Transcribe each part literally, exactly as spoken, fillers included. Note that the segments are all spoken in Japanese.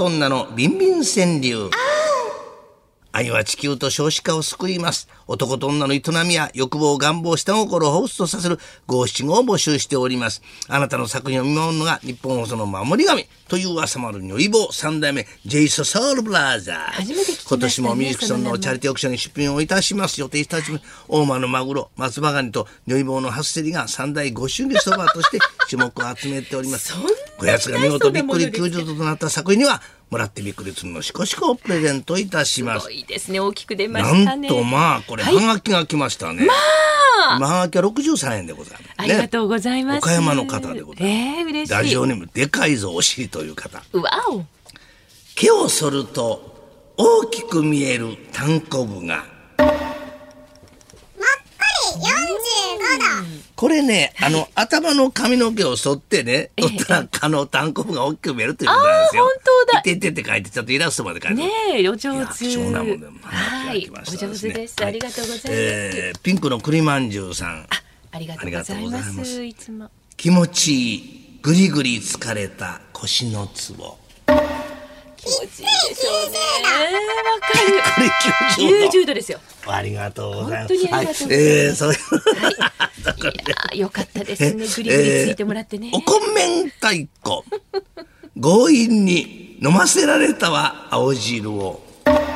と女のビンビン川柳。愛は地球と少子化を救います。男と女の営みや欲望、願望、下心を彷彿とさせる五七五を募集しております。あなたの作品を見守るのが日本放送の守り神という噂もある如意棒三代目ジェイソソウルブラザーズ。 初めて聞きましたね。 今年もミュージックソンのチャリティーオークションに出品をいたします。予定したち大間のマグロ、松葉ガニと如意棒の初競りが三大ご祝儀そばとして注目を集めております。こやつが見事びっくりきゅうじゅうどとなった作品にはもらってびっくりするのしこしこをプレゼントいたします。 すごいですね。大きく出ましたね。 なんとまあこれ、はい、はがきが来ましたね。まあ今はがきはろくじゅうさんえんでございます、ね、 ありがとうございます。 岡山の方でございます。 えー、嬉しい。 ラジオネームでかいぞお尻という方。 うわお。 毛を剃ると大きく見えるタンコブがよんじゅうごど。 これね、あの、頭の髪の毛を剃ってね、取ったら、あの、タンコブが大きく見えるということなんですよ。 あ、本当だ。 いていてって書いて、ちょっとイラストまで書いて。 ねえ、お上手。 貴重なものでも、 はい、お上手です。ありがとうございます。 えー、ピンクの栗まんじゅうさん。 あ、ありがとうございます。いつも。 気持ちいい、ぐりぐり疲れた腰のツボ。 気持ちいいでしょうね。わかる。 これきゅうじゅうどですよ。 ありがとうございます。 本当にありがとうございます。はい、 えー、そういう。 はい。いや、よかったですね。ぐりぐりついてもらってね。 えー、お米太鼓。強引に飲ませられたわ、青汁を。 もっこりよんじゅ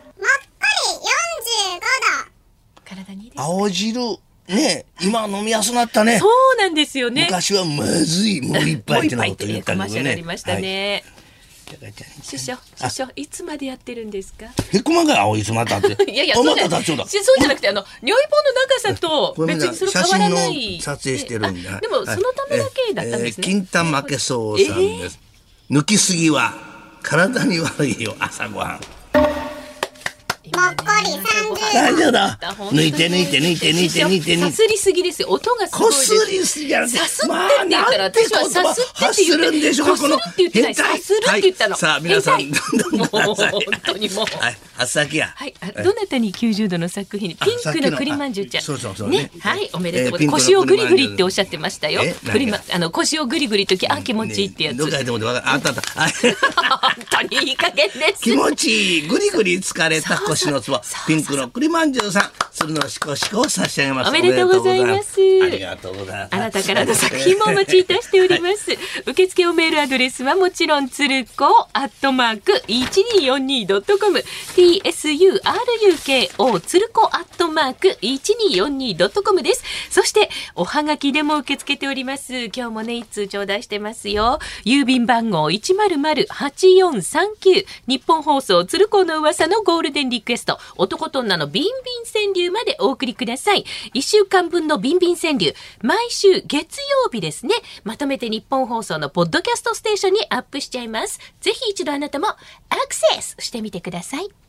うごど。 体にいいですか？ 青汁。ね、今飲みやすくなったね。 そうなんですよね。 昔はまずい、もう一杯ってのこと言ったけどね。 コマーシャルありましたね。 はい師匠、師匠、いつまでやってるんですか？ へこまが青いつまたって。 いやいや、そうじゃなくて、そうじゃなくて、あの、如意棒の長さと別にそれ変わらない。 写真の撮影してるんで。 でも、そのためだけだったんですね。 金丹負けそうさんです。抜きすぎは体に悪いよ、朝ごはん。 もっこりさんじゅうど。 大丈夫だ。抜いて抜いて抜いて抜いて抜いて抜いて。 さすりすぎですよ。音がすごいです。 こすりすぎじゃなくて。 さすってって言ったら、私はさすってって言ってるんでしょ。こするって言ってない。さするって言ったの。 さあ、皆さん、どんどんもう本当にもう。 はい、初先や。 はい、どなたにきゅうじゅうどの作品にピンクの栗まんじゅうちゃん。 そうそうそうね。はい、おめでとうございます。腰をグリグリっておっしゃってましたよ。栗ま、あの腰をグリグリとき、あ、気持ちいいってやつ。 どっかでもわかる。あったあった。 本当にいい加減です。 気持ちいい、グリグリ疲れた腰のつぼ。ピンクの栗まんじゅうさん、鶴のしこしこを差し上げます。 おめでとうございます。 ありがとうございます。 あなたからの作品もお待ちいたしております。はい、受付おメールアドレスはもちろん、つるこアットマークいちにーよんにードットコム、ティーエスユーアールユーケーオー つるこアットマークいちにーよんにードットコムです。そして、おはがきでも受け付けております。今日もね、一通頂戴してますよ。郵便番号 いちまるまるはちよんさんきゅう、日本放送つるこの噂のゴールデンリクエスト、男と女のビンビン川柳までお送りください。いっしゅうかんぶんのビンビン川柳、毎週月曜日ですね、まとめて日本放送のポッドキャストステーションにアップしちゃいます。ぜひ一度あなたもアクセスしてみてください。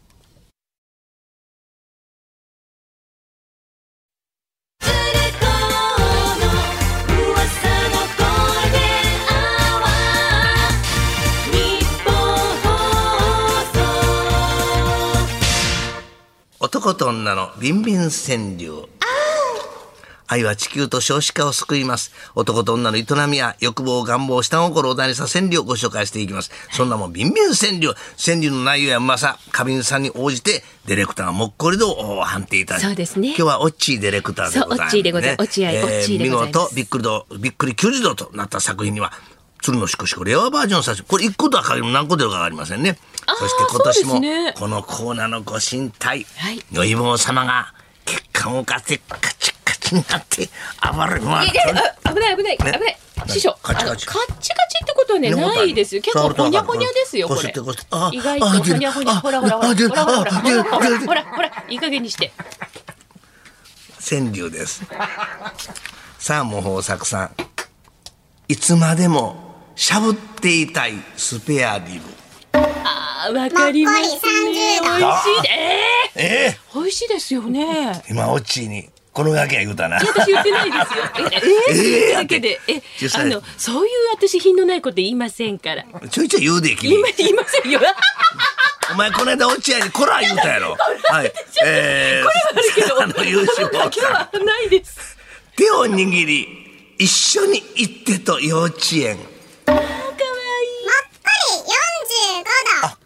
男と女のビンビン川柳。愛は地球と少子化を救います。男と女の営みや欲望、願望、下心を題にした川柳をご紹介していきます。そんなもんビンビン川柳。川柳の内容やうまさ、過敏さに応じてディレクターはもっこりと判定いただきます。 そうですね。 今日はオッチーディレクターでございます、ね。そう、オッチーでございます。落合、オッチーでございます。見事びっくり度、びっくりきゅうじゅうどとなった作品には、鶴のしこしこレアバージョンさせ、これいっことは限りも何個出るかわかりませんね。そして今年も、ね、このコーナーのご神体、はい、如意棒様が血管をかってカチカチになって暴れ回って、 危ない危ない危ない、ね、師匠カチカチカチカチってことはねないですよ。結構ほにゃほにゃですよこれ。意外とほにゃほにゃ、ほらほらほらほらほらほらほらほらほら、いい加減にして。 川柳です。さあもう豊作さん、いつまでもしゃぶっていたいスペアリブ。 あー、わかりますね。美味しい。えー、えー、美味しいですよね。 今オッチーにこのガキは言うたな。 私言ってないですよ。ええー、だけで、え、あのそういう私品のないこと言いませんから。 ちょいちょい言うで君。 言いませんよ。 お前この間オッチーにこら言うたやろ。はい。 えー、これはあるけど、あの優秀だけはないです。 手を握り一緒に行ってと幼稚園。 もっこりよんじゅうごど。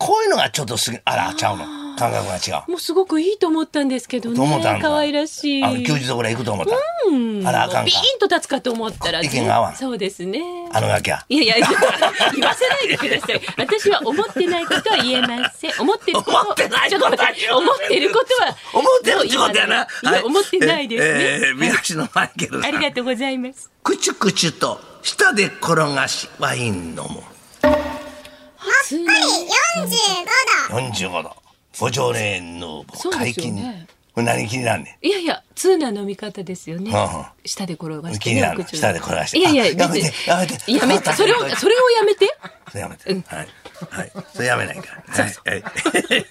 こういうのがちょっとすぎ、あら、ちゃうの。感覚が違う。 もうすごくいいと思ったんですけどね。可愛らしい。 あの休日ぐらい行くと思った。 うん。あら、あかんか。ビーンと立つかと思ったら。 意見が合わん。 そうですね。 あのガキゃ。 いやいや、言わせないでください。私は思ってないことは言えません。思ってること。 思ってないことは言えません。 思ってることは。 思ってるってことやな。 いや、思ってないですね。 えー、宮地のマイケルさん。 ありがとうございます。 くちゅくちゅと舌で転がしワイン飲む。 よんじゅうごど。 よんじゅうごど。ボジョレ・ヌーボー解禁。これ何気になんねん。いやいや、通な飲み方ですよね。 うんうん、 舌で転がして、ね。 気になる。舌で転がして。 いやいや、 やめて、やめて。 やめて、それを、それをやめて。 それやめて。うん、はい。はい。それやめないから。そうそう。はい。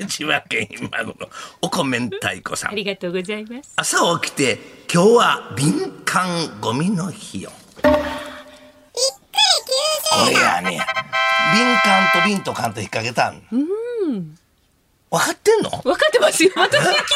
千葉県今頃おこめんたいこさん。 ありがとうございます。 朝起きて、今日は敏感ゴミの日よ。 びっくりきゅうじゅうど。 これやね。敏感と敏と感と引っ掛けたん。 うん。 分かってんの？ 分かってますよ。私は聞いてます。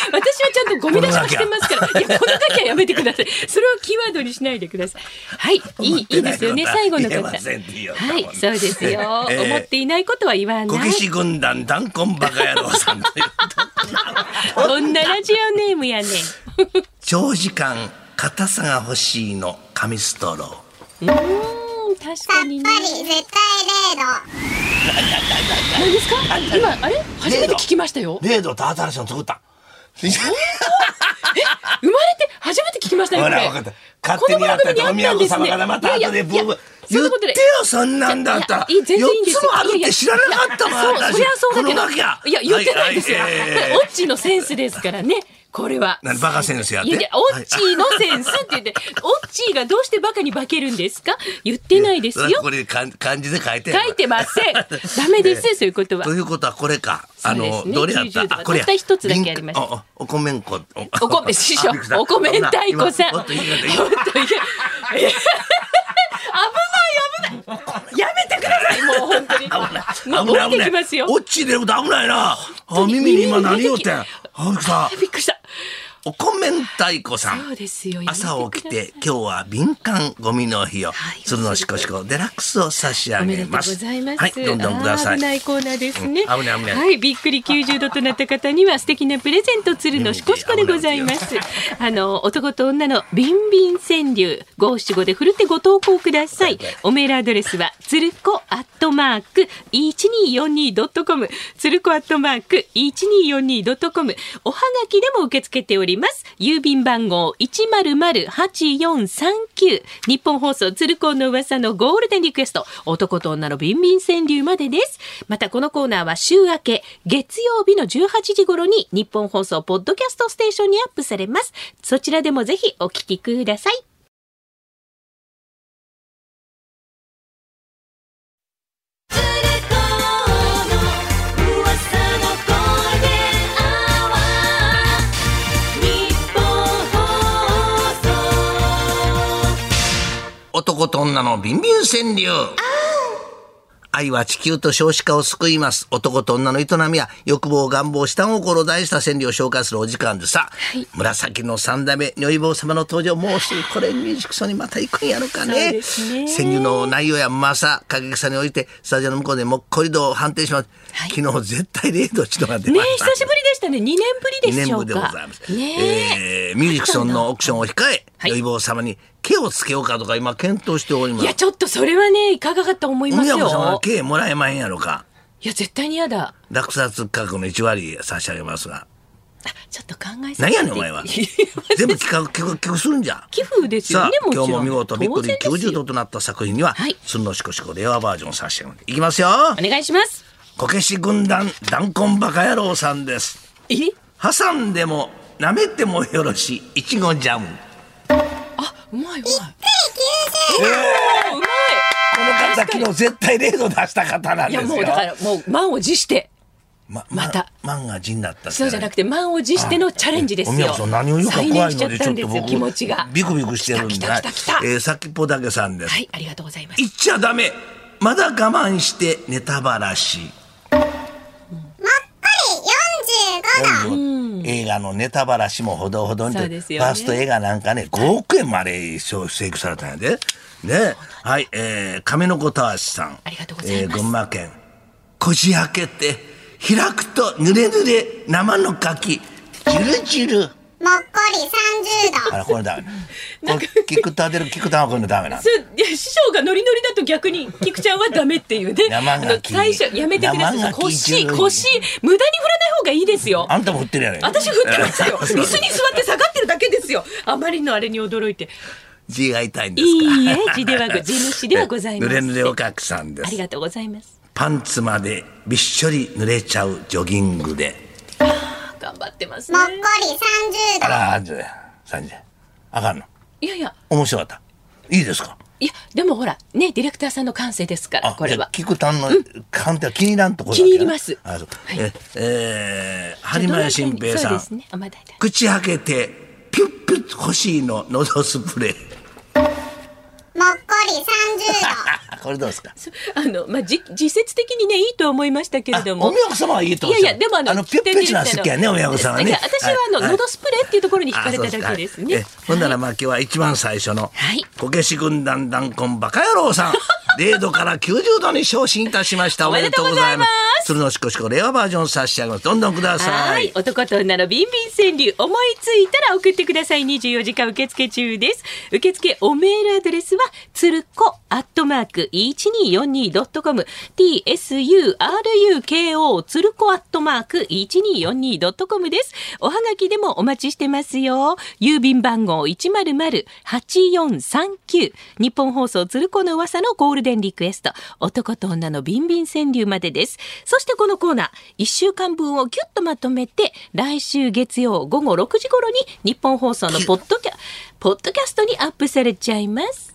私はちゃんとゴミ出しもしてますから。いや、このだけはやめてください。それをキーワードにしないでください。はい、いい、いいですよね。最後の方。はい、そうですよ。えー、思っていないことは言わない。 こけし軍団弾痕バカ野郎さんという。 こんなラジオネームやねん。 長時間硬さが欲しいの紙ストロー。うーん、確かにね。 やっぱり絶対零度。 何ですか？今あれ初めて聞きましたよ。 零度と新しいの作った。 え、生まれて初めて聞きましたよ。これ。 ほら分かった。勝手にやったとお宮子様からまた後でブーブー言ってよ、そんなんだったら。よっつもあるって知らなかったもん。 そう、そりゃそうだけど。 いや言ってないですよ。オッチーのセンスですからね。これは。 何バカセンスやって。 いやいや、オッチーのセンスって言って、オッチーがどうしてバカに化けるんですか？言ってないですよ。 これ漢字で書いて書いてません。ダメです、そういうことは。 ということはこれか。あの、どれやった？ これや。たった一つだけありました。 お米んこ。 お米師匠。お米んたいこさん。もっといい。危ない危ない。やめてください。もう本当に。もう降りてきますよ。 オッチーで歌危ないな。耳に今何言うてん。 びっくりした。 おこめんたいこさん。 そうですよ。 朝起きて今日は敏感ゴミの日を、はい、鶴のしこしこデラックスを差し上げます。 おめでとうございます。 はい、どんどんください。 危ないコーナーですね。 うん、危ない危ない。 はい、びっくりきゅうじゅうどとなった方には素敵なプレゼント鶴のしこしこでございます。あの男と女のビンビン川柳五七五でふるってご投稿ください。おメールアドレスはつるこアットマークいちにーよんにードットコム、つるこアットマークいちにーよんにードットコム。おはがきでも受け付けております。郵便番号 いちまるまるはちよんさんきゅう、日本放送鶴光の噂のゴールデンリクエスト、男と女のビンビン川柳までです。またこのコーナーは週明け月曜日のじゅうはちじ頃に日本放送ポッドキャストステーションにアップされます。そちらでもぜひお聞きください。 男と女のビンビン川柳。愛は地球と少子化を救います。男と女の営みや欲望願望下心を題した川柳を紹介するお時間でさ、はい、紫の三代目如意棒様の登場、もうすぐこれミュージックソーにまた行くんやろかね。川柳の内容やまさ過激さにおいてスタジオの向こうでもっこり度を判定します、はい、昨日絶対零度ちとが出ましたね。久しぶりでしたね。にねんぶりでしょうか。 にねんぶりでございます、ねえー、ミュージックソーのオークションを控え、はい、如意棒様に毛をつけようかとか今検討しております。 いやちょっとそれはねいかがかと思いますよ。 宮子さんは毛もらえまへんやろか。 いや絶対にやだ。 落札価格のいちわり差し上げますが。 あちょっと考えさせて。 何やねんお前は。全部企画企画企画するんじゃ。 寄付ですよね。 さあ今日も見事びっくりきゅうじゅうどとなった作品には鶴のしこしこ令和バージョン差し上げます。いきますよ。 お願いします。 こけし軍団弾痕バカ野郎さんです。 え挟んでも舐めてもよろしいいちごジャム。 あうまいうまい。 えー、うまい。この方昨日絶対零度出した方なんですよ。 いやもうだからもう満を持してま, また満が字になった。 そうじゃなくて満を持してのチャレンジですよ。 お宮子さん何を言うか怖いのでちょっと僕気持ちがビクビクしてるんで。 来た来た来た、 えー、先っぽだけさんです。 はいありがとうございます。 言っちゃダメまだ我慢してネタばらし。 もっこりよんじゅうごど。 映画のネタばらしもほどほどに、ね、ファースト映画なんかねごおくえんまで請求されたんやでね。はい、えー、亀の子たわしさん、 ありがとうございます。 えー、群馬県こじ開けて開くとぬれぬれ生の柿ジュルジュル。 もっこりさんじゅうど。 あらこれダメ。これ菊田出る菊田はこれダメなの。 いや師匠がノリノリだと逆に菊ちゃんはダメっていうね。 生ガキあの最初やめてください。 生ガキ腰腰無駄に振らない方がいいですよ。 あんたも振ってるやろ。 私振ってますよ。椅子に座って下がってるだけですよ。あまりのあれに驚いて。 字が痛いんですか。 いいえ、字ではご字主ではございまぬせん。 れぬれおかくさんです。 ありがとうございます。 パンツまでびっしょり濡れちゃうジョギングで。 頑張ってますねもっ。こりさんじゅうど。 あらじゃさんじあかんの。 いやいや面白かった。いいですか。 いやでもほらねディレクターさんの感性ですからこれは。 菊田の鑑定は気に入らんところだ気に入ります。 あそう、はい、ええー、播磨屋新平さん、 そうですね。あまだだ口開けてピュッピュッ欲しいの喉スプレー。 もっこりさんじゅうど。 これどうですか。 あのまあじ実説的にねいいとは思いましたけれども。 お宮子様はいいと思う。 いやいやでもあのピュッピュッチな好きやねお宮子様はね。 だから私はあの、 はい、 喉スプレーっていうところに惹かれただけですね。 えほんならまあ今日は一番最初の、 はい、 こけし軍団団根バカ野郎さんゼロどからきゅうじゅうどに昇進いたしました。おめでとうございます。鶴のしこしこ令和バージョン差し上げます。どんどんください。 はい、男と女のビンビン川柳思いついたら送ってください。にじゅうよじかん受付中です。受付おメールアドレスはつるこアットマーク いちにーよんにードットコム ティーエスユーアールユーケーオー つるこアットマーク いちにーよんにードットコム です。おはがきでもお待ちしてますよ。郵便番号 いちまるまるはちよんさんきゅう 日本放送つるこの噂のゴールデンリクエスト男と女のビンビン川柳までです。そしてこのコーナーいっしゅうかんぶんをギュッとまとめて来週月曜ごごろくじ頃に日本放送のポッドキャポッドキャストにアップされちゃいます。